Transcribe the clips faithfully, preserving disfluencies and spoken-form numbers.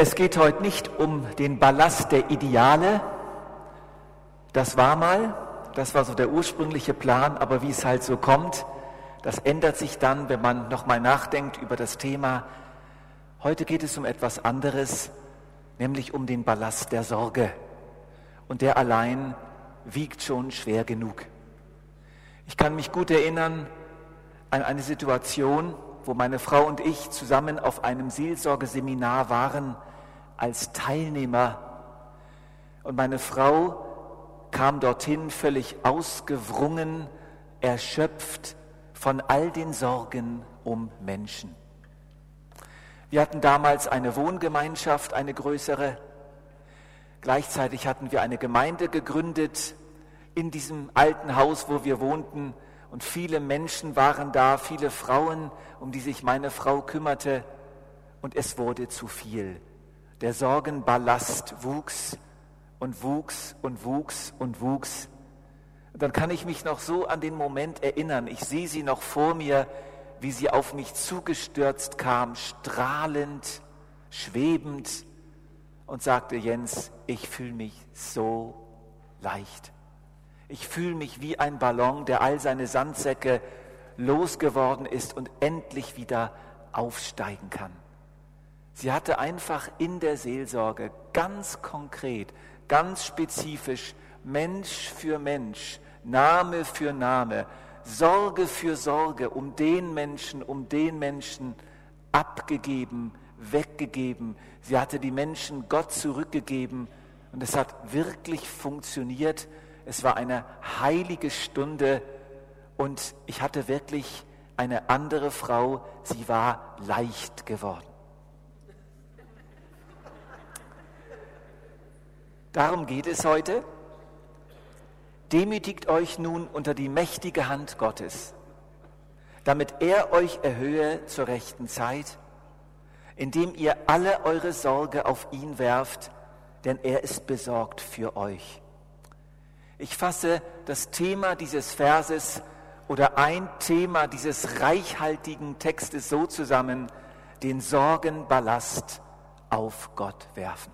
Es geht heute nicht um den Ballast der Ideale. Das war mal, das war so der ursprüngliche Plan, aber wie es halt so kommt, das ändert sich dann, wenn man nochmal nachdenkt über das Thema. Heute geht es um etwas anderes, nämlich um den Ballast der Sorge. Und der allein wiegt schon schwer genug. Ich kann mich gut erinnern an eine Situation, wo meine Frau und ich zusammen auf einem Seelsorgeseminar waren als Teilnehmer. Und meine Frau kam dorthin völlig ausgewrungen, erschöpft von all den Sorgen um Menschen. Wir hatten damals eine Wohngemeinschaft, eine größere. Gleichzeitig hatten wir eine Gemeinde gegründet in diesem alten Haus, wo wir wohnten. Und viele Menschen waren da, viele Frauen, um die sich meine Frau kümmerte. Und es wurde zu viel. Der Sorgenballast wuchs und wuchs und wuchs und wuchs. Und dann kann ich mich noch so an den Moment erinnern. Ich sehe sie noch vor mir, wie sie auf mich zugestürzt kam, strahlend, schwebend und sagte: Jens, ich fühle mich so leicht. Ich fühle mich wie ein Ballon, der all seine Sandsäcke losgeworden ist und endlich wieder aufsteigen kann. Sie hatte einfach in der Seelsorge ganz konkret, ganz spezifisch, Mensch für Mensch, Name für Name, Sorge für Sorge um den Menschen, um den Menschen abgegeben, weggegeben. Sie hatte die Menschen Gott zurückgegeben und es hat wirklich funktioniert. Es war eine heilige Stunde und ich hatte wirklich eine andere Frau. Sie war leicht geworden. Darum geht es heute. Demütigt euch nun unter die mächtige Hand Gottes, damit er euch erhöhe zur rechten Zeit, indem ihr alle eure Sorge auf ihn werft, denn er ist besorgt für euch. Ich fasse das Thema dieses Verses oder ein Thema dieses reichhaltigen Textes so zusammen: den Sorgenballast auf Gott werfen.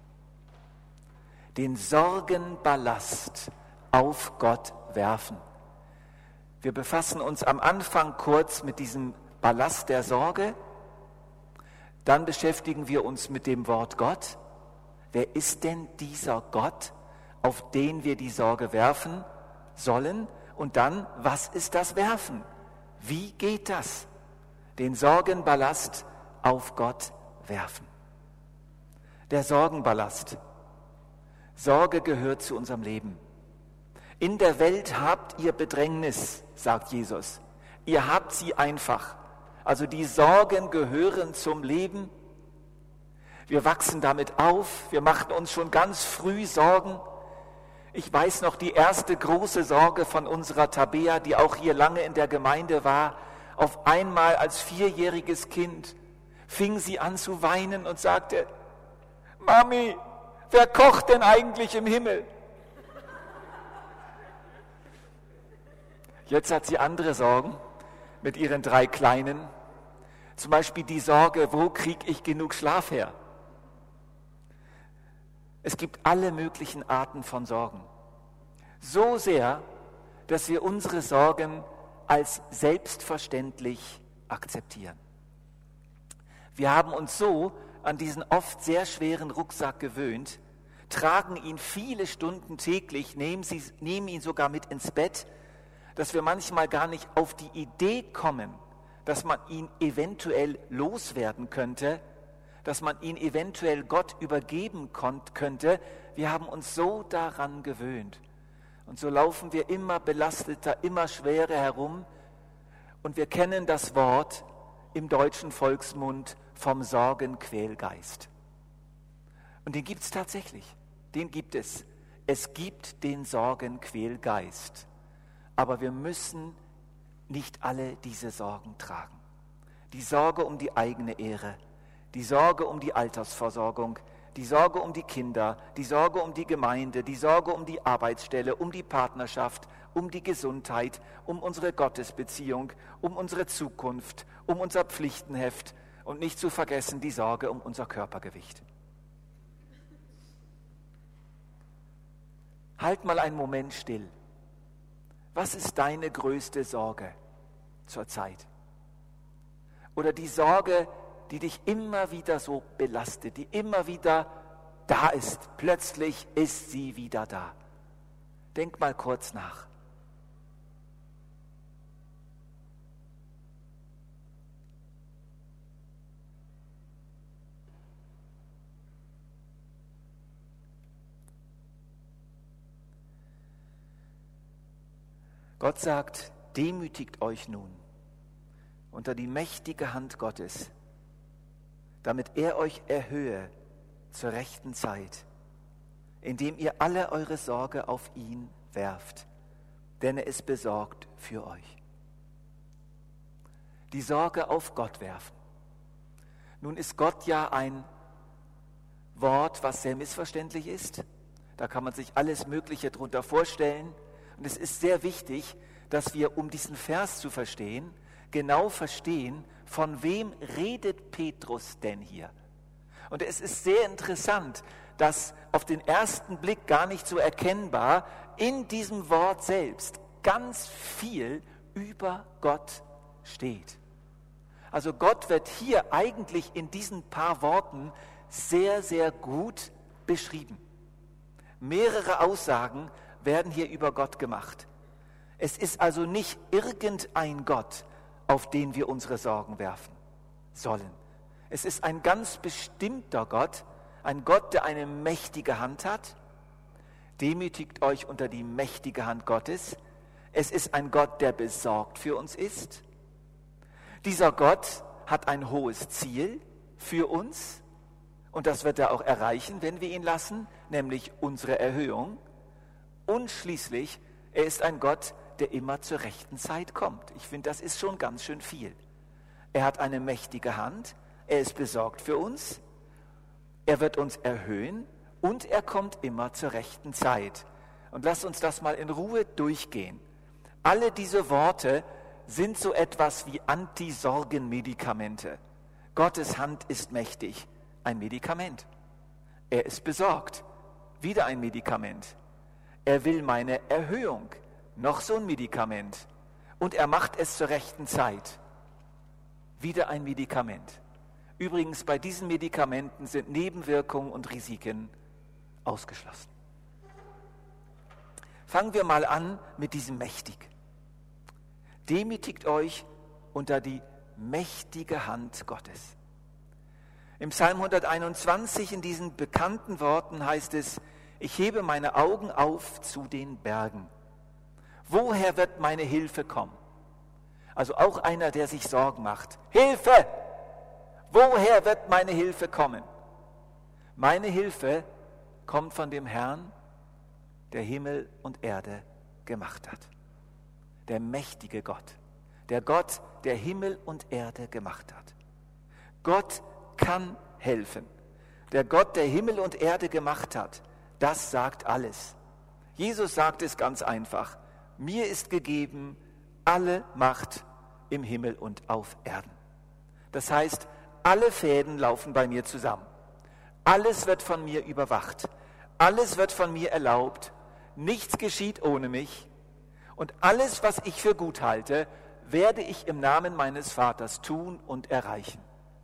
Den Sorgenballast auf Gott werfen. Wir befassen uns am Anfang kurz mit diesem Ballast der Sorge. Dann beschäftigen wir uns mit dem Wort Gott. Wer ist denn dieser Gott, auf den wir die Sorge werfen sollen? Und dann, was ist das Werfen? Wie geht das? Den Sorgenballast auf Gott werfen. Der Sorgenballast. Sorge gehört zu unserem Leben. In der Welt habt ihr Bedrängnis, sagt Jesus. Ihr habt sie einfach. Also die Sorgen gehören zum Leben. Wir wachsen damit auf. Wir machten uns schon ganz früh Sorgen. Ich weiß noch, die erste große Sorge von unserer Tabea, die auch hier lange in der Gemeinde war, auf einmal als vierjähriges Kind fing sie an zu weinen und sagte: Mami, wer kocht denn eigentlich im Himmel? Jetzt hat sie andere Sorgen mit ihren drei Kleinen. Zum Beispiel die Sorge, wo kriege ich genug Schlaf her? Es gibt alle möglichen Arten von Sorgen. So sehr, dass wir unsere Sorgen als selbstverständlich akzeptieren. Wir haben uns so an diesen oft sehr schweren Rucksack gewöhnt, tragen ihn viele Stunden täglich, nehmen, sie, nehmen ihn sogar mit ins Bett, dass wir manchmal gar nicht auf die Idee kommen, dass man ihn eventuell loswerden könnte, dass man ihn eventuell Gott übergeben könnte. Wir haben uns so daran gewöhnt. Und so laufen wir immer belasteter, immer schwerer herum. Und wir kennen das Wort im deutschen Volksmund vom Sorgenquälgeist. Und den gibt es tatsächlich. Den gibt es. Es gibt den Sorgenquälgeist. Aber wir müssen nicht alle diese Sorgen tragen. Die Sorge um die eigene Ehre, die Sorge um die Altersversorgung, die Sorge um die Kinder, die Sorge um die Gemeinde, die Sorge um die Arbeitsstelle, um die Partnerschaft, um die Gesundheit, um unsere Gottesbeziehung, um unsere Zukunft, um unser Pflichtenheft und nicht zu vergessen die Sorge um unser Körpergewicht. Halt mal einen Moment still. Was ist deine größte Sorge zurzeit? Oder die Sorge, die dich immer wieder so belastet, die immer wieder da ist. Plötzlich ist sie wieder da. Denk mal kurz nach. Gott sagt, demütigt euch nun unter die mächtige Hand Gottes, damit er euch erhöhe zur rechten Zeit, indem ihr alle eure Sorge auf ihn werft, denn er ist besorgt für euch. Die Sorge auf Gott werfen. Nun ist Gott ja ein Wort, was sehr missverständlich ist. Da kann man sich alles Mögliche drunter vorstellen. Und es ist sehr wichtig, dass wir, um diesen Vers zu verstehen, genau verstehen, von wem redet Petrus denn hier. Und es ist sehr interessant, dass auf den ersten Blick gar nicht so erkennbar in diesem Wort selbst ganz viel über Gott steht. Also Gott wird hier eigentlich in diesen paar Worten sehr, sehr gut beschrieben. Mehrere Aussagen werden hier über Gott gemacht. Es ist also nicht irgendein Gott, auf den wir unsere Sorgen werfen sollen. Es ist ein ganz bestimmter Gott, ein Gott, der eine mächtige Hand hat. Demütigt euch unter die mächtige Hand Gottes. Es ist ein Gott, der besorgt für uns ist. Dieser Gott hat ein hohes Ziel für uns und das wird er auch erreichen, wenn wir ihn lassen, nämlich unsere Erhöhung. Und schließlich, er ist ein Gott, der immer zur rechten Zeit kommt. Ich finde, das ist schon ganz schön viel. Er hat eine mächtige Hand, er ist besorgt für uns, er wird uns erhöhen und er kommt immer zur rechten Zeit. Und lasst uns das mal in Ruhe durchgehen. Alle diese Worte sind so etwas wie Anti-Sorgen-Medikamente. Gottes Hand ist mächtig, ein Medikament. Er ist besorgt, wieder ein Medikament. Er will meine Erhöhung, noch so ein Medikament. Und er macht es zur rechten Zeit. Wieder ein Medikament. Übrigens, bei diesen Medikamenten sind Nebenwirkungen und Risiken ausgeschlossen. Fangen wir mal an mit diesem mächtig. Demütigt euch unter die mächtige Hand Gottes. Im Psalm hunderteinundzwanzig, in diesen bekannten Worten heißt es, ich hebe meine Augen auf zu den Bergen. Woher wird meine Hilfe kommen? Also auch einer, der sich Sorgen macht. Hilfe! Woher wird meine Hilfe kommen? Meine Hilfe kommt von dem Herrn, der Himmel und Erde gemacht hat. Der mächtige Gott. Der Gott, der Himmel und Erde gemacht hat. Gott kann helfen. Der Gott, der Himmel und Erde gemacht hat, das sagt alles. Jesus sagt es ganz einfach. Mir ist gegeben alle Macht im Himmel und auf Erden. Das heißt, alle Fäden laufen bei mir zusammen. Alles wird von mir überwacht. Alles wird von mir erlaubt. Nichts geschieht ohne mich. Und alles, was ich für gut halte, werde ich im Namen meines Vaters tun und erreichen.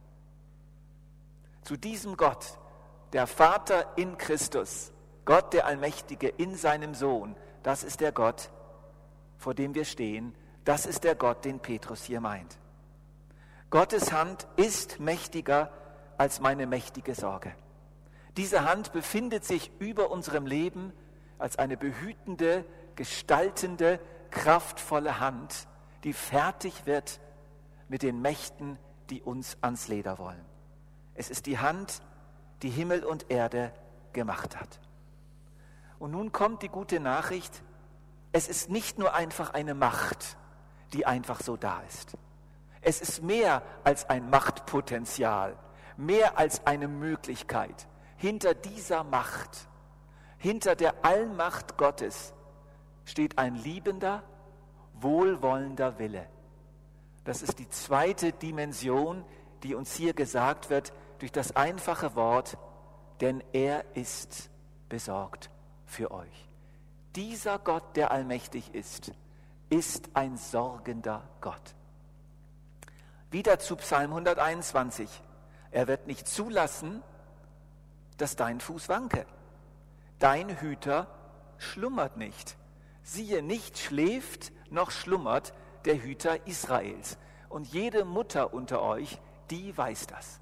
Zu diesem Gott, der Vater in Christus, Gott der Allmächtige in seinem Sohn, das ist der Gott, vor dem wir stehen, das ist der Gott, den Petrus hier meint. Gottes Hand ist mächtiger als meine mächtige Sorge. Diese Hand befindet sich über unserem Leben als eine behütende, gestaltende, kraftvolle Hand, die fertig wird mit den Mächten, die uns ans Leder wollen. Es ist die Hand, die Himmel und Erde gemacht hat. Und nun kommt die gute Nachricht, es ist nicht nur einfach eine Macht, die einfach so da ist. Es ist mehr als ein Machtpotenzial, mehr als eine Möglichkeit. Hinter dieser Macht, hinter der Allmacht Gottes steht ein liebender, wohlwollender Wille. Das ist die zweite Dimension, die uns hier gesagt wird durch das einfache Wort, denn er ist besorgt für euch. Dieser Gott, der allmächtig ist, ist ein sorgender Gott. Wieder zu Psalm hunderteinundzwanzig. Er wird nicht zulassen, dass dein Fuß wanke. Dein Hüter schlummert nicht. Siehe, nicht schläft noch schlummert der Hüter Israels. Und jede Mutter unter euch, die weiß das.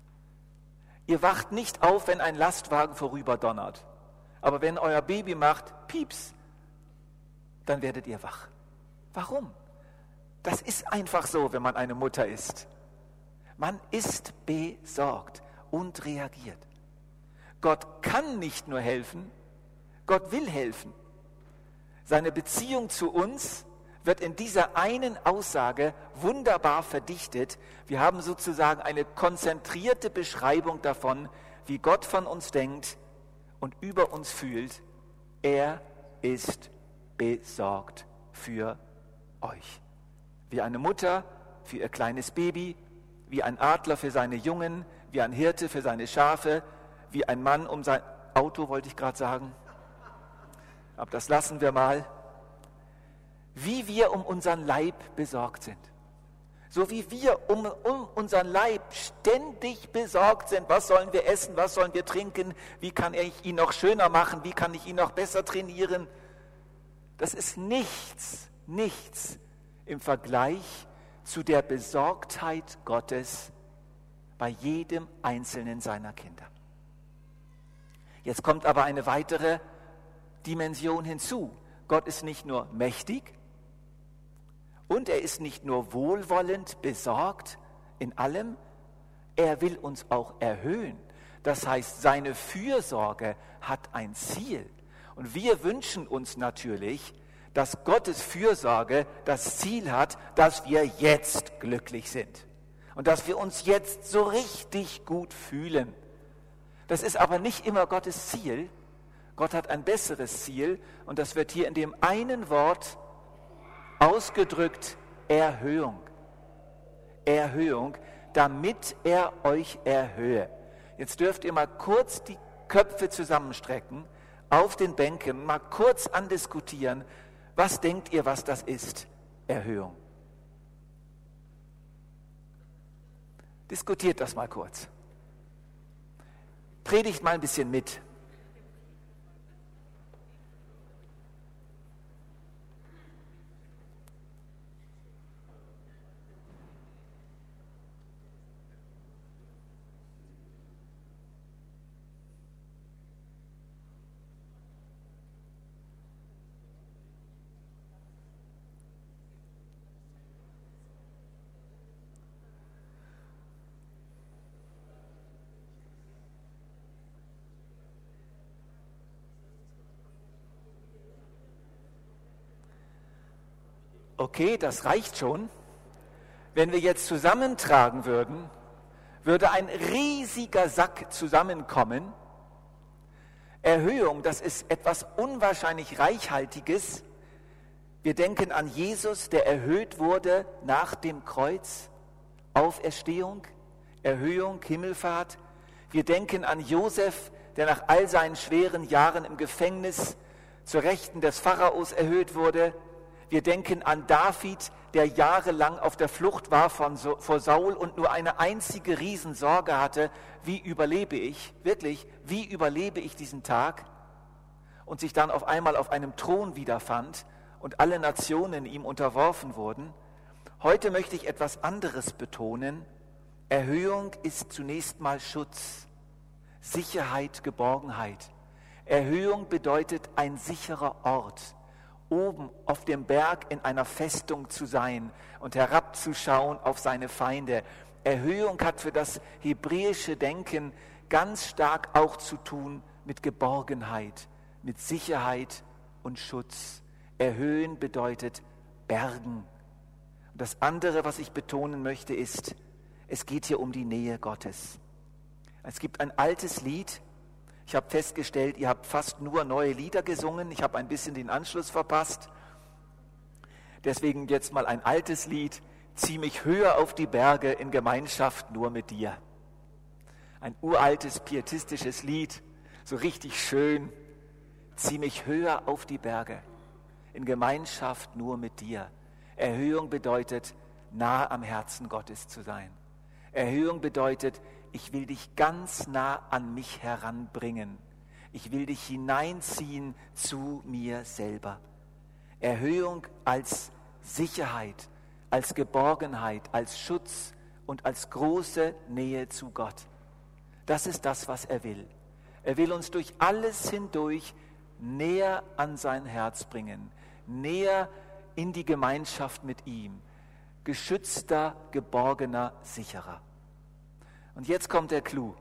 Ihr wacht nicht auf, wenn ein Lastwagen vorüberdonnert. Aber wenn euer Baby macht, Pieps, dann werdet ihr wach. Warum? Das ist einfach so, wenn man eine Mutter ist. Man ist besorgt und reagiert. Gott kann nicht nur helfen, Gott will helfen. Seine Beziehung zu uns wird in dieser einen Aussage wunderbar verdichtet. Wir haben sozusagen eine konzentrierte Beschreibung davon, wie Gott von uns denkt und über uns fühlt. Er ist besorgt für euch. Wie eine Mutter für ihr kleines Baby, wie ein Adler für seine Jungen, wie ein Hirte für seine Schafe, wie ein Mann um sein Auto, wollte ich gerade sagen. Aber das lassen wir mal. Wie wir um unseren Leib besorgt sind. So wie wir um, um unseren Leib ständig besorgt sind. Was sollen wir essen? Was sollen wir trinken? Wie kann ich ihn noch schöner machen? Wie kann ich ihn noch besser trainieren? Das ist nichts, nichts im Vergleich zu der Besorgtheit Gottes bei jedem einzelnen seiner Kinder. Jetzt kommt aber eine weitere Dimension hinzu. Gott ist nicht nur mächtig und er ist nicht nur wohlwollend, besorgt in allem, er will uns auch erhöhen. Das heißt, seine Fürsorge hat ein Ziel. Und wir wünschen uns natürlich, dass Gottes Fürsorge das Ziel hat, dass wir jetzt glücklich sind und dass wir uns jetzt so richtig gut fühlen. Das ist aber nicht immer Gottes Ziel. Gott hat ein besseres Ziel und das wird hier in dem einen Wort ausgedrückt: Erhöhung. Erhöhung, damit er euch erhöhe. Jetzt dürft ihr mal kurz die Köpfe zusammenstrecken, auf den Bänken, mal kurz andiskutieren. Was denkt ihr, was das ist? Erhöhung. Diskutiert das mal kurz. Predigt mal ein bisschen mit. Okay, das reicht schon. Wenn wir jetzt zusammentragen würden, würde ein riesiger Sack zusammenkommen. Erhöhung, das ist etwas unwahrscheinlich Reichhaltiges. Wir denken an Jesus, der erhöht wurde nach dem Kreuz, Auferstehung, Erhöhung, Himmelfahrt. Wir denken an Josef, der nach all seinen schweren Jahren im Gefängnis zur Rechten des Pharaos erhöht wurde. Wir denken an David, der jahrelang auf der Flucht war von, vor Saul und nur eine einzige Riesensorge hatte: Wie überlebe ich, wirklich, wie überlebe ich diesen Tag? Und sich dann auf einmal auf einem Thron wiederfand und alle Nationen ihm unterworfen wurden. Heute möchte ich etwas anderes betonen. Erhöhung ist zunächst mal Schutz, Sicherheit, Geborgenheit. Erhöhung bedeutet ein sicherer Ort. Oben auf dem Berg in einer Festung zu sein und herabzuschauen auf seine Feinde. Erhöhung hat für das hebräische Denken ganz stark auch zu tun mit Geborgenheit, mit Sicherheit und Schutz. Erhöhen bedeutet bergen. Und das andere, was ich betonen möchte, ist, es geht hier um die Nähe Gottes. Es gibt ein altes Lied. Ich habe festgestellt, ihr habt fast nur neue Lieder gesungen. Ich habe ein bisschen den Anschluss verpasst. Deswegen jetzt mal ein altes Lied. Zieh mich höher auf die Berge in Gemeinschaft nur mit dir. Ein uraltes, pietistisches Lied, so richtig schön. Zieh mich höher auf die Berge, in Gemeinschaft nur mit dir. Erhöhung bedeutet, nah am Herzen Gottes zu sein. Erhöhung bedeutet, ich will dich ganz nah an mich heranbringen. Ich will dich hineinziehen zu mir selber. Erhöhung als Sicherheit, als Geborgenheit, als Schutz und als große Nähe zu Gott. Das ist das, was er will. Er will uns durch alles hindurch näher an sein Herz bringen, näher in die Gemeinschaft mit ihm, geschützter, geborgener, sicherer. Und jetzt kommt der Clou.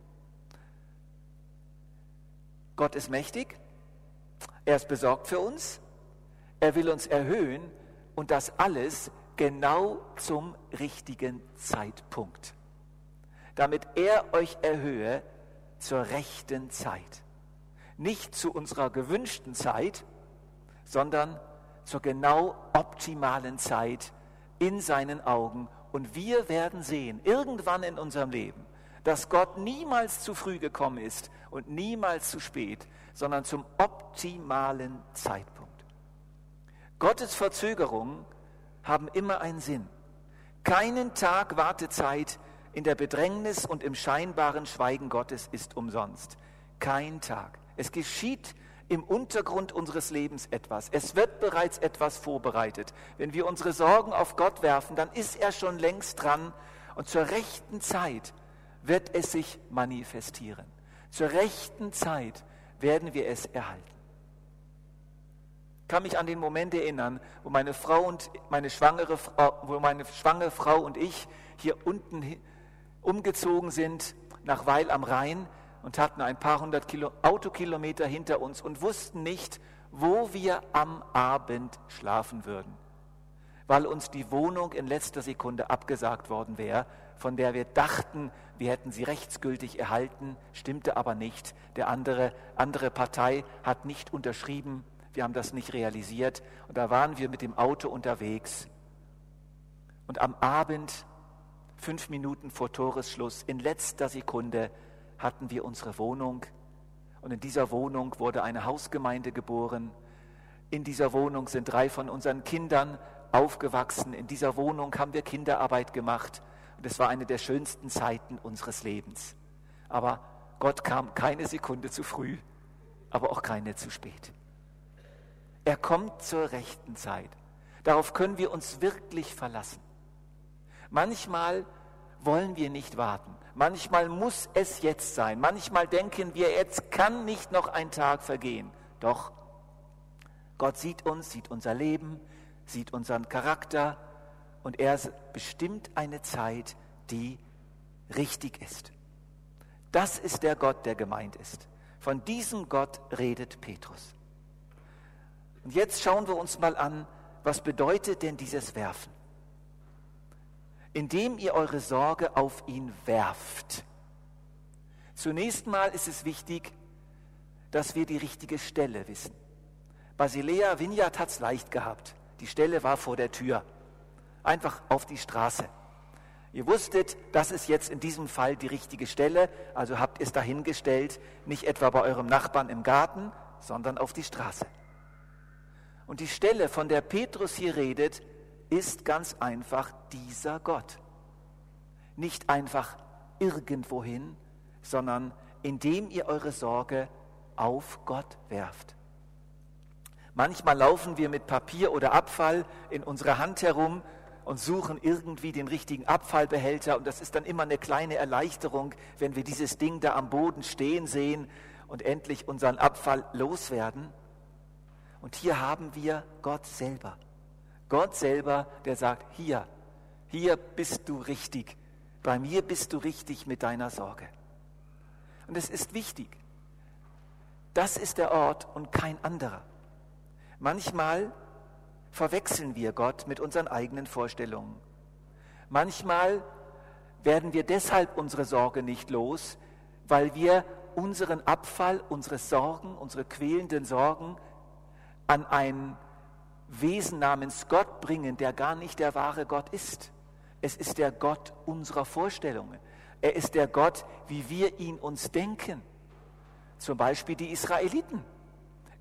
Gott ist mächtig, er ist besorgt für uns, er will uns erhöhen und das alles genau zum richtigen Zeitpunkt, damit er euch erhöhe zur rechten Zeit. Nicht zu unserer gewünschten Zeit, sondern zur genau optimalen Zeit in seinen Augen. Und wir werden sehen, irgendwann in unserem Leben, dass Gott niemals zu früh gekommen ist und niemals zu spät, sondern zum optimalen Zeitpunkt. Gottes Verzögerungen haben immer einen Sinn. Keinen Tag Wartezeit in der Bedrängnis und im scheinbaren Schweigen Gottes ist umsonst. Kein Tag. Es geschieht im Untergrund unseres Lebens etwas. Es wird bereits etwas vorbereitet. Wenn wir unsere Sorgen auf Gott werfen, dann ist er schon längst dran und zur rechten Zeit wird es sich manifestieren. Zur rechten Zeit werden wir es erhalten. Ich kann mich an den Moment erinnern, wo meine Frau und meine schwangere Frau, wo meine schwangere Frau und ich hier unten umgezogen sind nach Weil am Rhein und hatten ein paar hundert Kilo, Autokilometer hinter uns und wussten nicht, wo wir am Abend schlafen würden, weil uns die Wohnung in letzter Sekunde abgesagt worden wäre, von der wir dachten, wir hätten sie rechtsgültig erhalten, stimmte aber nicht. Der andere, andere Partei hat nicht unterschrieben, wir haben das nicht realisiert und da waren wir mit dem Auto unterwegs und am Abend, fünf Minuten vor Toresschluss, in letzter Sekunde hatten wir unsere Wohnung und in dieser Wohnung wurde eine Hausgemeinde geboren. In dieser Wohnung sind drei von unseren Kindern aufgewachsen. In dieser Wohnung haben wir Kinderarbeit gemacht und es war eine der schönsten Zeiten unseres Lebens. Aber Gott kam keine Sekunde zu früh, aber auch keine zu spät. Er kommt zur rechten Zeit. Darauf können wir uns wirklich verlassen. Manchmal wollen wir nicht warten. Manchmal muss es jetzt sein. Manchmal denken wir, jetzt kann nicht noch ein Tag vergehen. Doch Gott sieht uns, sieht unser Leben, sieht unseren Charakter und er bestimmt eine Zeit, die richtig ist. Das ist der Gott, der gemeint ist. Von diesem Gott redet Petrus. Und jetzt schauen wir uns mal an, was bedeutet denn dieses Werfen? Indem ihr eure Sorge auf ihn werft. Zunächst mal ist es wichtig, dass wir die richtige Stelle wissen. Basilea Vineyard hat es leicht gehabt. Die Stelle war vor der Tür. Einfach auf die Straße. Ihr wusstet, das ist jetzt in diesem Fall die richtige Stelle, also habt es dahingestellt, nicht etwa bei eurem Nachbarn im Garten, sondern auf die Straße. Und die Stelle, von der Petrus hier redet, ist ganz einfach dieser Gott. Nicht einfach irgendwohin, sondern indem ihr eure Sorge auf Gott werft. Manchmal laufen wir mit Papier oder Abfall in unserer Hand herum und suchen irgendwie den richtigen Abfallbehälter und das ist dann immer eine kleine Erleichterung, wenn wir dieses Ding da am Boden stehen sehen und endlich unseren Abfall loswerden. Und hier haben wir Gott selber. Gott selber, der sagt, hier, hier bist du richtig. Bei mir bist du richtig mit deiner Sorge. Und es ist wichtig. Das ist der Ort und kein anderer. Manchmal verwechseln wir Gott mit unseren eigenen Vorstellungen. Manchmal werden wir deshalb unsere Sorge nicht los, weil wir unseren Abfall, unsere Sorgen, unsere quälenden Sorgen an ein Wesen namens Gott bringen, der gar nicht der wahre Gott ist. Es ist der Gott unserer Vorstellungen. Er ist der Gott, wie wir ihn uns denken. Zum Beispiel die Israeliten.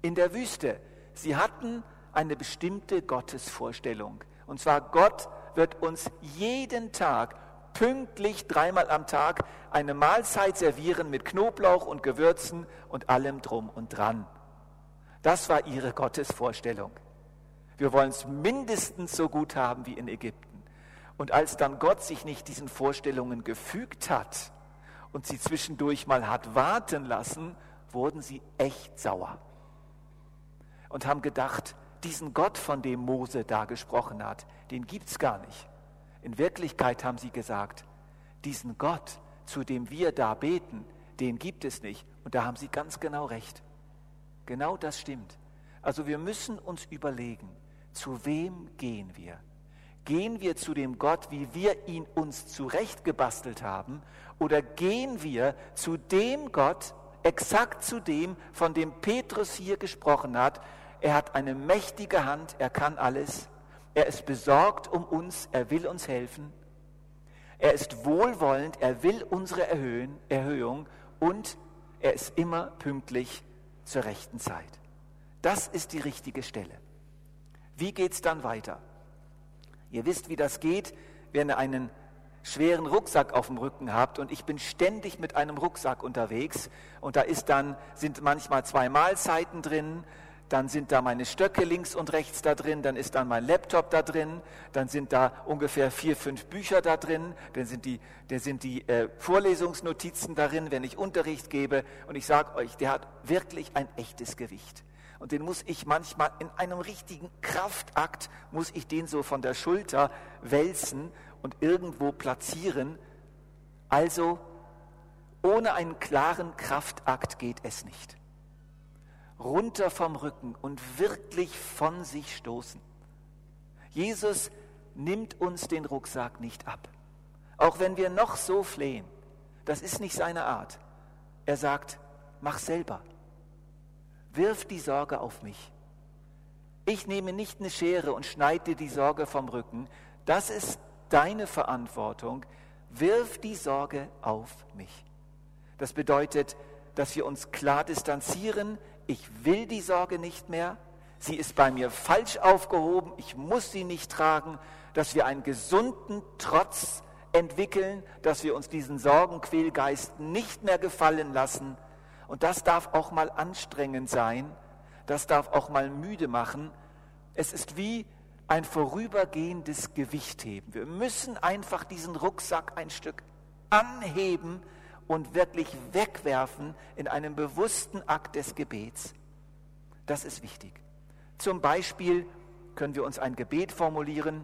in der Wüste. Sie hatten eine bestimmte Gottesvorstellung. Und zwar, Gott wird uns jeden Tag pünktlich dreimal am Tag eine Mahlzeit servieren mit Knoblauch und Gewürzen und allem drum und dran. Das war ihre Gottesvorstellung. Wir wollen es mindestens so gut haben wie in Ägypten. Und als dann Gott sich nicht diesen Vorstellungen gefügt hat und sie zwischendurch mal hat warten lassen, wurden sie echt sauer und haben gedacht, diesen Gott, von dem Mose da gesprochen hat, den gibt's gar nicht. In Wirklichkeit haben sie gesagt, diesen Gott, zu dem wir da beten, den gibt es nicht. Und da haben sie ganz genau recht. Genau das stimmt. Also wir müssen uns überlegen, zu wem gehen wir? Gehen wir zu dem Gott, wie wir ihn uns zurechtgebastelt haben, oder gehen wir zu dem Gott, exakt zu dem, von dem Petrus hier gesprochen hat? Er hat eine mächtige Hand, er kann alles. Er ist besorgt um uns, er will uns helfen. Er ist wohlwollend, er will unsere Erhöhen, Erhöhung und er ist immer pünktlich zur rechten Zeit. Das ist die richtige Stelle. Wie geht es dann weiter? Ihr wisst, wie das geht, wenn ihr einen schweren Rucksack auf dem Rücken habt und ich bin ständig mit einem Rucksack unterwegs und da ist dann, sind manchmal zwei Mahlzeiten drin, dann sind da meine Stöcke links und rechts da drin, dann ist dann mein Laptop da drin, dann sind da ungefähr vier, fünf Bücher da drin, dann sind die, dann sind die äh, Vorlesungsnotizen darin, wenn ich Unterricht gebe und ich sage euch, der hat wirklich ein echtes Gewicht. Und den muss ich manchmal in einem richtigen Kraftakt, muss ich den so von der Schulter wälzen und irgendwo platzieren. Also ohne einen klaren Kraftakt geht es nicht. Runter vom Rücken und wirklich von sich stoßen. Jesus nimmt uns den Rucksack nicht ab. Auch wenn wir noch so flehen. Das ist nicht seine Art. Er sagt, mach selber. Wirf die Sorge auf mich. Ich nehme nicht eine Schere und schneide dir die Sorge vom Rücken. Das ist deine Verantwortung. Wirf die Sorge auf mich. Das bedeutet, dass wir uns klar distanzieren. Ich will die Sorge nicht mehr. Sie ist bei mir falsch aufgehoben. Ich muss sie nicht tragen. Dass wir einen gesunden Trotz entwickeln, dass wir uns diesen Sorgenquälgeist nicht mehr gefallen lassen. Und das darf auch mal anstrengend sein, das darf auch mal müde machen. Es ist wie ein vorübergehendes Gewichtheben. Wir müssen einfach diesen Rucksack ein Stück anheben und wirklich wegwerfen in einem bewussten Akt des Gebets. Das ist wichtig. Zum Beispiel können wir uns ein Gebet formulieren.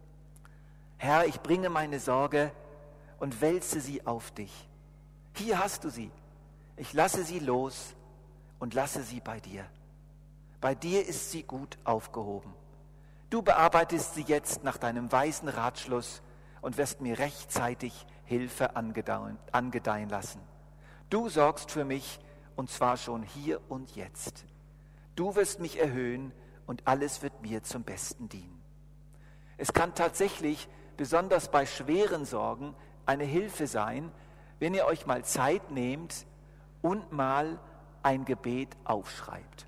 Herr, ich bringe meine Sorge und wälze sie auf dich. Hier hast du sie. Ich lasse sie los und lasse sie bei dir. Bei dir ist sie gut aufgehoben. Du bearbeitest sie jetzt nach deinem weisen Ratschluss und wirst mir rechtzeitig Hilfe angedeihen, angedeihen lassen. Du sorgst für mich und zwar schon hier und jetzt. Du wirst mich erhöhen und alles wird mir zum Besten dienen. Es kann tatsächlich, besonders bei schweren Sorgen, eine Hilfe sein, wenn ihr euch mal Zeit nehmt und mal ein Gebet aufschreibt.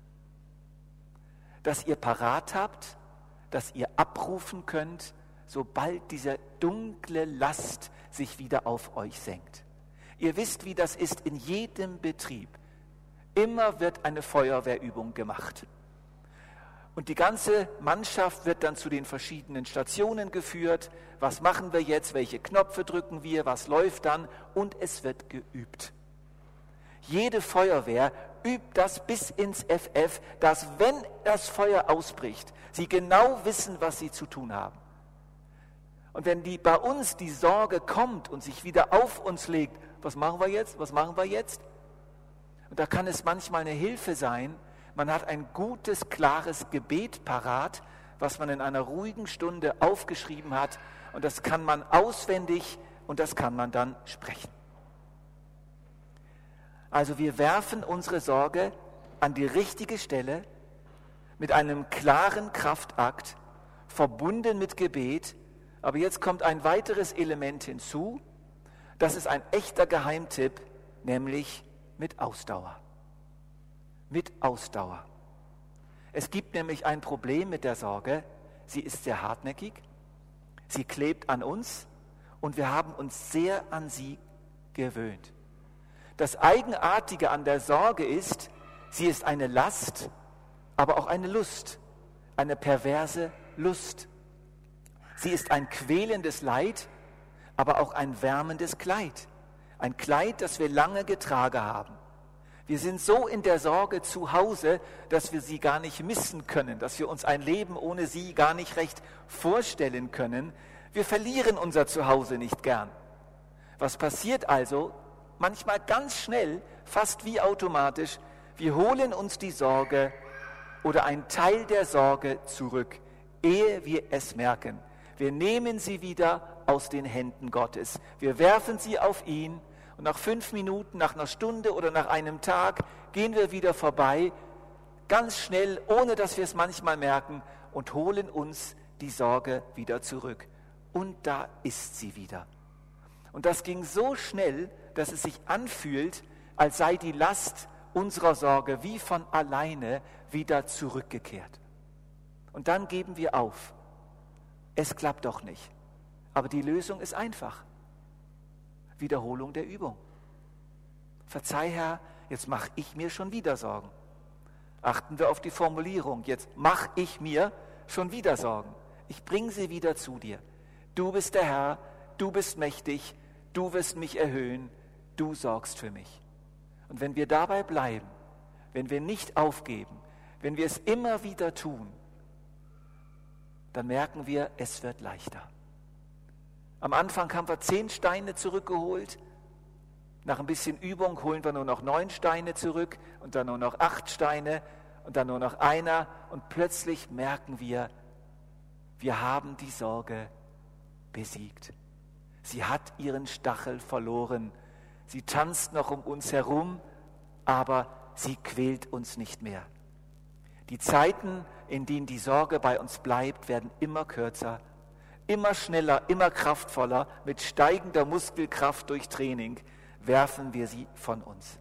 Dass ihr parat habt, dass ihr abrufen könnt, sobald diese dunkle Last sich wieder auf euch senkt. Ihr wisst, wie das ist in jedem Betrieb. Immer wird eine Feuerwehrübung gemacht. Und die ganze Mannschaft wird dann zu den verschiedenen Stationen geführt. Was machen wir jetzt? Welche Knöpfe drücken wir? Was läuft dann? Und es wird geübt. Jede Feuerwehr übt das bis ins F F, dass wenn das Feuer ausbricht, sie genau wissen, was sie zu tun haben. Und wenn die, bei uns die Sorge kommt und sich wieder auf uns legt, was machen wir jetzt, was machen wir jetzt? Und da kann es manchmal eine Hilfe sein, man hat ein gutes, klares Gebet parat, was man in einer ruhigen Stunde aufgeschrieben hat und das kann man auswendig und das kann man dann sprechen. Also wir werfen unsere Sorge an die richtige Stelle mit einem klaren Kraftakt, verbunden mit Gebet. Aber jetzt kommt ein weiteres Element hinzu. Das ist ein echter Geheimtipp, nämlich mit Ausdauer. mit Ausdauer. Es gibt nämlich ein Problem mit der Sorge. Sie ist sehr hartnäckig, sie klebt an uns und wir haben uns sehr an sie gewöhnt. Das Eigenartige an der Sorge ist, sie ist eine Last, aber auch eine Lust, eine perverse Lust. Sie ist ein quälendes Leid, aber auch ein wärmendes Kleid. Ein Kleid, das wir lange getragen haben. Wir sind so in der Sorge zu Hause, dass wir sie gar nicht missen können, dass wir uns ein Leben ohne sie gar nicht recht vorstellen können. Wir verlieren unser Zuhause nicht gern. Was passiert also? Manchmal ganz schnell, fast wie automatisch, wir holen uns die Sorge oder einen Teil der Sorge zurück, ehe wir es merken. Wir nehmen sie wieder aus den Händen Gottes. Wir werfen sie auf ihn und nach fünf Minuten, nach einer Stunde oder nach einem Tag gehen wir wieder vorbei, ganz schnell, ohne dass wir es manchmal merken, und holen uns die Sorge wieder zurück. Und da ist sie wieder. Und das ging so schnell, dass es sich anfühlt, als sei die Last unserer Sorge wie von alleine wieder zurückgekehrt. Und dann geben wir auf. Es klappt doch nicht. Aber die Lösung ist einfach. Wiederholung der Übung. Verzeih, Herr, jetzt mache ich mir schon wieder Sorgen. Achten wir auf die Formulierung. Jetzt mache ich mir schon wieder Sorgen. Ich bringe sie wieder zu dir. Du bist der Herr, du bist mächtig, du wirst mich erhöhen, du sorgst für mich. Und wenn wir dabei bleiben, wenn wir nicht aufgeben, wenn wir es immer wieder tun, dann merken wir, es wird leichter. Am Anfang haben wir zehn Steine zurückgeholt. Nach ein bisschen Übung holen wir nur noch neun Steine zurück und dann nur noch acht Steine und dann nur noch einer. Und plötzlich merken wir, wir haben die Sorge besiegt. Sie hat ihren Stachel verloren. Sie tanzt noch um uns herum, aber sie quält uns nicht mehr. Die Zeiten, in denen die Sorge bei uns bleibt, werden immer kürzer. Immer schneller, immer kraftvoller, mit steigender Muskelkraft durch Training werfen wir sie von uns.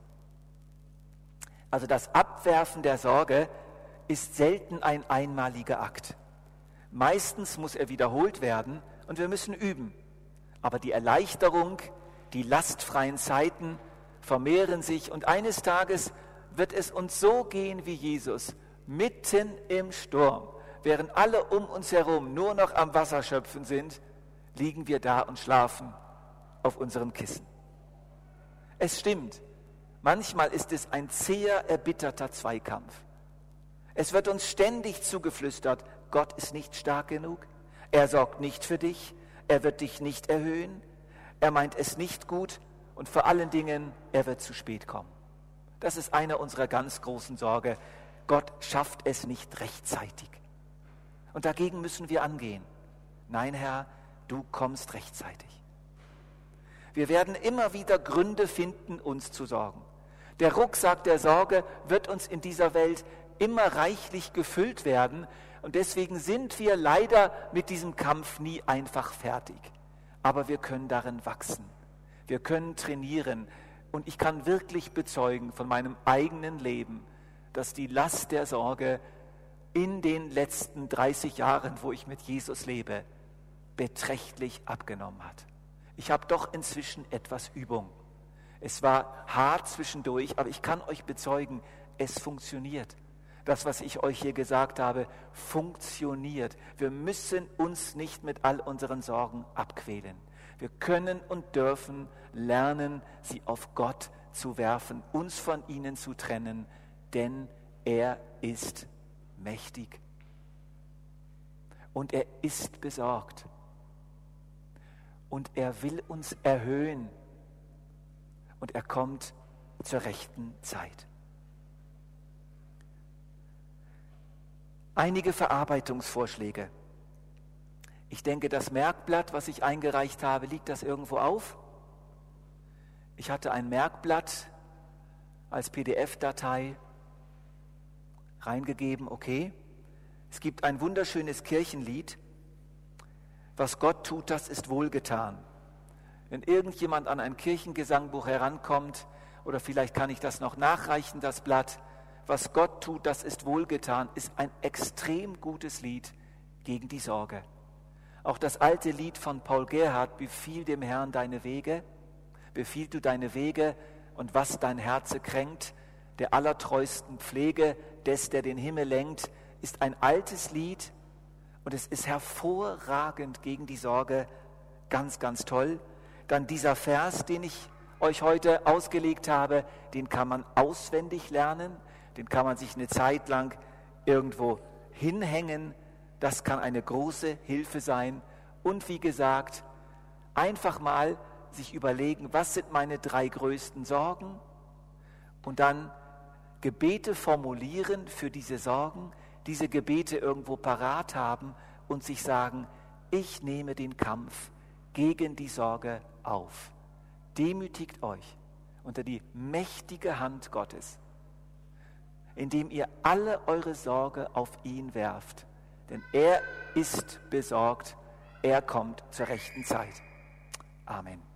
Also das Abwerfen der Sorge ist selten ein einmaliger Akt. Meistens muss er wiederholt werden und wir müssen üben. Aber die Erleichterung, die lastfreien Zeiten vermehren sich und eines Tages wird es uns so gehen wie Jesus, mitten im Sturm. Während alle um uns herum nur noch am Wasser schöpfen sind, liegen wir da und schlafen auf unserem Kissen. Es stimmt, manchmal ist es ein zäher, erbitterter Zweikampf. Es wird uns ständig zugeflüstert, Gott ist nicht stark genug, er sorgt nicht für dich, er wird dich nicht erhöhen, er meint es nicht gut und vor allen Dingen, er wird zu spät kommen. Das ist eine unserer ganz großen Sorge. Gott schafft es nicht rechtzeitig. Und dagegen müssen wir angehen. Nein, Herr, du kommst rechtzeitig. Wir werden immer wieder Gründe finden, uns zu sorgen. Der Rucksack der Sorge wird uns in dieser Welt immer reichlich gefüllt werden und deswegen sind wir leider mit diesem Kampf nie einfach fertig. Aber wir können darin wachsen. Wir können trainieren und ich kann wirklich bezeugen von meinem eigenen Leben, dass die Last der Sorge in den letzten dreißig Jahren, wo ich mit Jesus lebe, beträchtlich abgenommen hat. Ich habe doch inzwischen etwas Übung. Es war hart zwischendurch, aber ich kann euch bezeugen, es funktioniert. Das, was ich euch hier gesagt habe, funktioniert. Wir müssen uns nicht mit all unseren Sorgen abquälen. Wir können und dürfen lernen, sie auf Gott zu werfen, uns von ihnen zu trennen, denn er ist mächtig und er ist besorgt und er will uns erhöhen und er kommt zur rechten Zeit. Einige Verarbeitungsvorschläge. Ich denke, das Merkblatt, was ich eingereicht habe, liegt das irgendwo auf? Ich hatte ein Merkblatt als P D F-Datei reingegeben, okay. Es gibt ein wunderschönes Kirchenlied. Was Gott tut, das ist wohlgetan. Wenn irgendjemand an ein Kirchengesangbuch herankommt, oder vielleicht kann ich das noch nachreichen, das Blatt, was Gott tut, das ist wohlgetan, ist ein extrem gutes Lied gegen die Sorge. Auch das alte Lied von Paul Gerhardt, befiehl dem Herrn deine Wege, befiehl du deine Wege und was dein Herze kränkt, der allertreusten Pflege des, der den Himmel lenkt, ist ein altes Lied und es ist hervorragend gegen die Sorge, ganz, ganz toll. Dann dieser Vers, den ich euch heute ausgelegt habe, den kann man auswendig lernen, den kann man sich eine Zeit lang irgendwo hinhängen. Das kann eine große Hilfe sein. Und wie gesagt, einfach mal sich überlegen, was sind meine drei größten Sorgen? Und dann Gebete formulieren für diese Sorgen, diese Gebete irgendwo parat haben und sich sagen, ich nehme den Kampf gegen die Sorge auf. Demütigt euch unter die mächtige Hand Gottes, indem ihr alle eure Sorge auf ihn werft. Denn er ist besorgt, er kommt zur rechten Zeit. Amen.